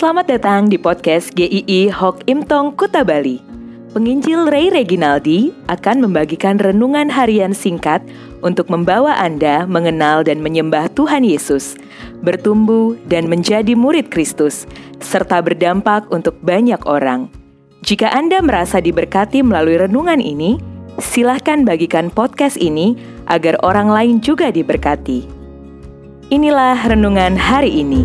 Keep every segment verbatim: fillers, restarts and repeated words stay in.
Selamat datang di podcast G I I Hok Imtong Kuta Bali. Penginjil Ray Reginaldi akan membagikan renungan harian singkat untuk membawa Anda mengenal dan menyembah Tuhan Yesus, bertumbuh dan menjadi murid Kristus, serta berdampak untuk banyak orang. Jika Anda merasa diberkati melalui renungan ini, silahkan bagikan podcast ini agar orang lain juga diberkati. Inilah renungan hari ini.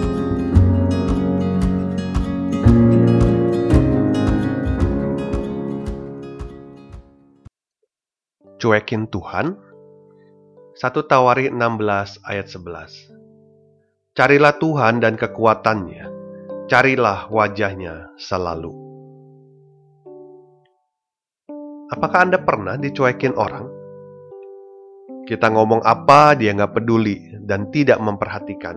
Cuekin Tuhan. satu Tawari enam belas ayat sebelas. Carilah Tuhan dan kekuatannya, carilah wajahnya selalu. Apakah Anda pernah dicuekin orang? Kita ngomong apa, dia nggak peduli dan tidak memperhatikan.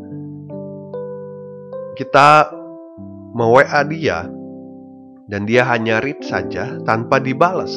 Kita me-W A dia, dan dia hanya read saja tanpa dibalas.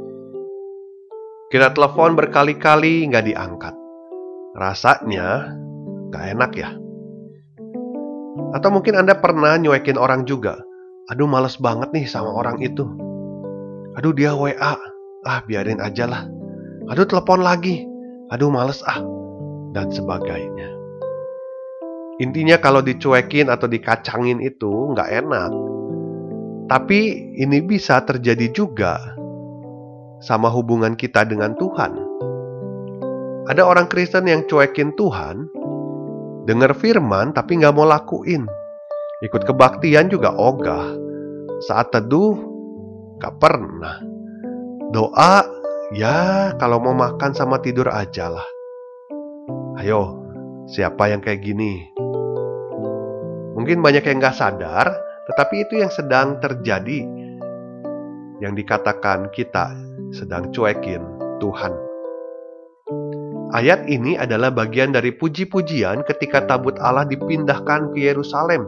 Kita telepon berkali-kali nggak diangkat. Rasanya nggak enak ya. Atau mungkin Anda pernah nyuekin orang juga. Aduh males banget nih sama orang itu. Aduh dia W A. Ah biarin aja lah. Aduh telepon lagi. Aduh males ah. Dan sebagainya. Intinya kalau dicuekin atau dikacangin itu nggak enak. Tapi ini bisa terjadi juga sama hubungan kita dengan Tuhan. Ada orang Kristen yang cuekin Tuhan, dengar firman tapi nggak mau lakuin. Ikut kebaktian juga ogah. Saat teduh, nggak pernah. Doa, ya kalau mau makan sama tidur aja lah. Ayo, siapa yang kayak gini? Mungkin banyak yang nggak sadar, tetapi itu yang sedang terjadi. Yang dikatakan kita sedang cuekin Tuhan. Ayat ini adalah bagian dari puji-pujian ketika tabut Allah dipindahkan ke Yerusalem.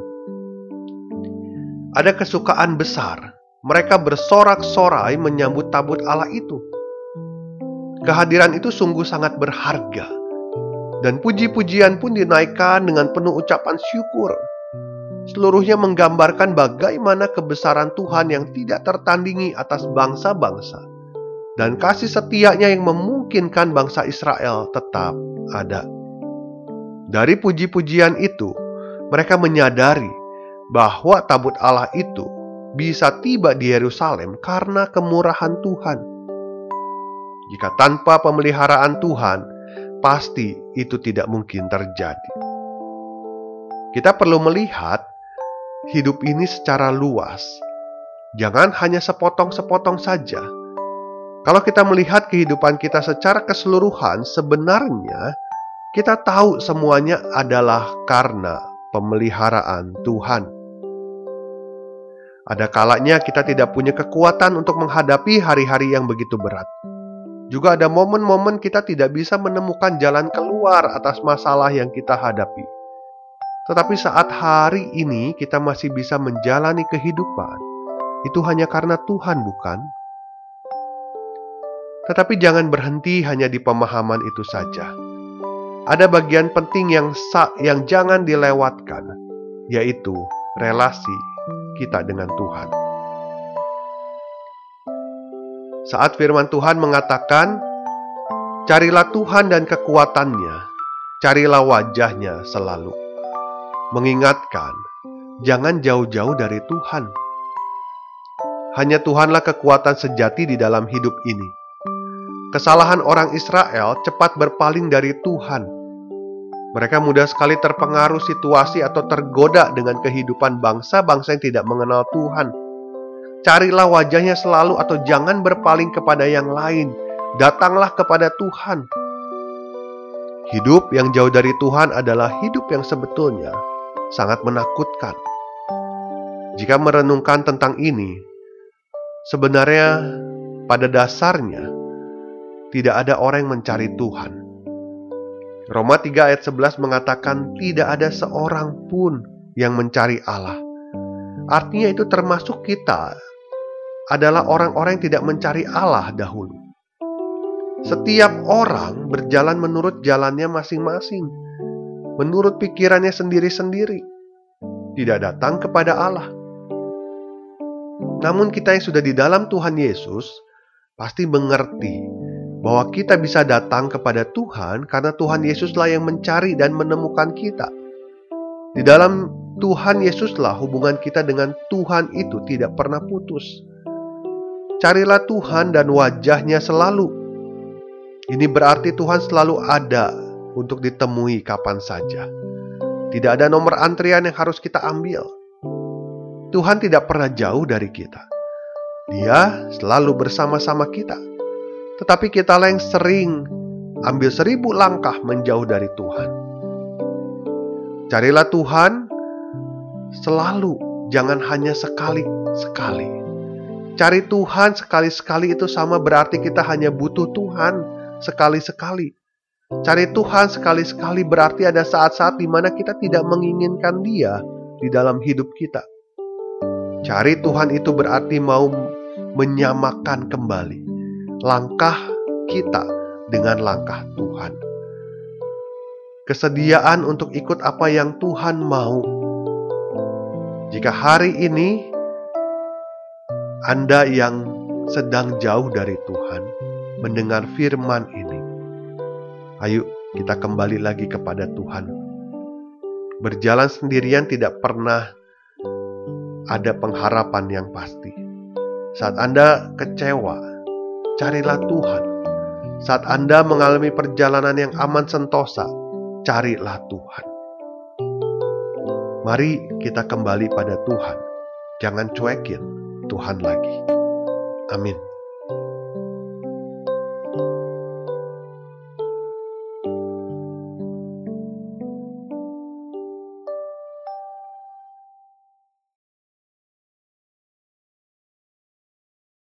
Ada kesukaan besar. Mereka bersorak-sorai menyambut tabut Allah itu. Kehadiran itu sungguh sangat berharga. Dan puji-pujian pun dinaikkan dengan penuh ucapan syukur. Seluruhnya menggambarkan bagaimana kebesaran Tuhan yang tidak tertandingi atas bangsa-bangsa. Dan kasih setianya yang memungkinkan bangsa Israel tetap ada. Dari puji-pujian itu, mereka menyadari bahwa tabut Allah itu bisa tiba di Yerusalem karena kemurahan Tuhan. Jika tanpa pemeliharaan Tuhan, pasti itu tidak mungkin terjadi. Kita perlu melihat hidup ini secara luas. Jangan hanya sepotong-sepotong saja. Kalau kita melihat kehidupan kita secara keseluruhan, sebenarnya kita tahu semuanya adalah karena pemeliharaan Tuhan. Ada kalanya kita tidak punya kekuatan untuk menghadapi hari-hari yang begitu berat. Juga ada momen-momen kita tidak bisa menemukan jalan keluar atas masalah yang kita hadapi. Tetapi saat hari ini kita masih bisa menjalani kehidupan, itu hanya karena Tuhan, bukan? Tetapi jangan berhenti hanya di pemahaman itu saja. Ada bagian penting yang sa- yang jangan dilewatkan, yaitu relasi kita dengan Tuhan. Saat firman Tuhan mengatakan, carilah Tuhan dan kekuatannya, carilah wajahnya selalu. Mengingatkan, jangan jauh-jauh dari Tuhan. Hanya Tuhanlah kekuatan sejati di dalam hidup ini. Kesalahan orang Israel cepat berpaling dari Tuhan. Mereka mudah sekali terpengaruh situasi atau tergoda dengan kehidupan bangsa-bangsa yang tidak mengenal Tuhan. Carilah wajahnya selalu atau jangan berpaling kepada yang lain. Datanglah kepada Tuhan. Hidup yang jauh dari Tuhan adalah hidup yang sebetulnya sangat menakutkan. Jika merenungkan tentang ini, sebenarnya pada dasarnya tidak ada orang yang mencari Tuhan. Roma tiga ayat sebelas mengatakan tidak ada seorang pun yang mencari Allah. Artinya itu termasuk kita adalah orang-orang yang tidak mencari Allah dahulu. Setiap orang berjalan menurut jalannya masing-masing, menurut pikirannya sendiri-sendiri. tidak datang kepada Allah. Namun kita yang sudah di dalam Tuhan Yesus pasti mengerti bahwa kita bisa datang kepada Tuhan karena Tuhan Yesuslah yang mencari dan menemukan kita. Di dalam Tuhan Yesuslah hubungan kita dengan Tuhan itu tidak pernah putus. Carilah Tuhan dan wajahnya selalu. Ini berarti Tuhan selalu ada untuk ditemui kapan saja. Tidak ada nomor antrian yang harus kita ambil. Tuhan tidak pernah jauh dari kita. Dia selalu bersama-sama kita. Tetapi kitalah yang sering ambil seribu langkah menjauh dari Tuhan. Carilah Tuhan selalu, jangan hanya sekali-sekali. Cari Tuhan sekali-sekali itu sama berarti kita hanya butuh Tuhan sekali-sekali. Cari Tuhan sekali-sekali berarti ada saat-saat di mana kita tidak menginginkan Dia di dalam hidup kita. Cari Tuhan itu berarti mau menyamakan kembali langkah kita dengan langkah Tuhan. Kesediaan untuk ikut apa yang Tuhan mau. Jika hari ini Anda yang sedang jauh dari Tuhan mendengar firman ini, ayo kita kembali lagi kepada Tuhan. Berjalan sendirian tidak pernah ada pengharapan yang pasti. Saat Anda kecewa, carilah Tuhan. Saat Anda mengalami perjalanan yang aman sentosa, carilah Tuhan. Mari kita kembali pada Tuhan. Jangan cuekin Tuhan lagi. Amin.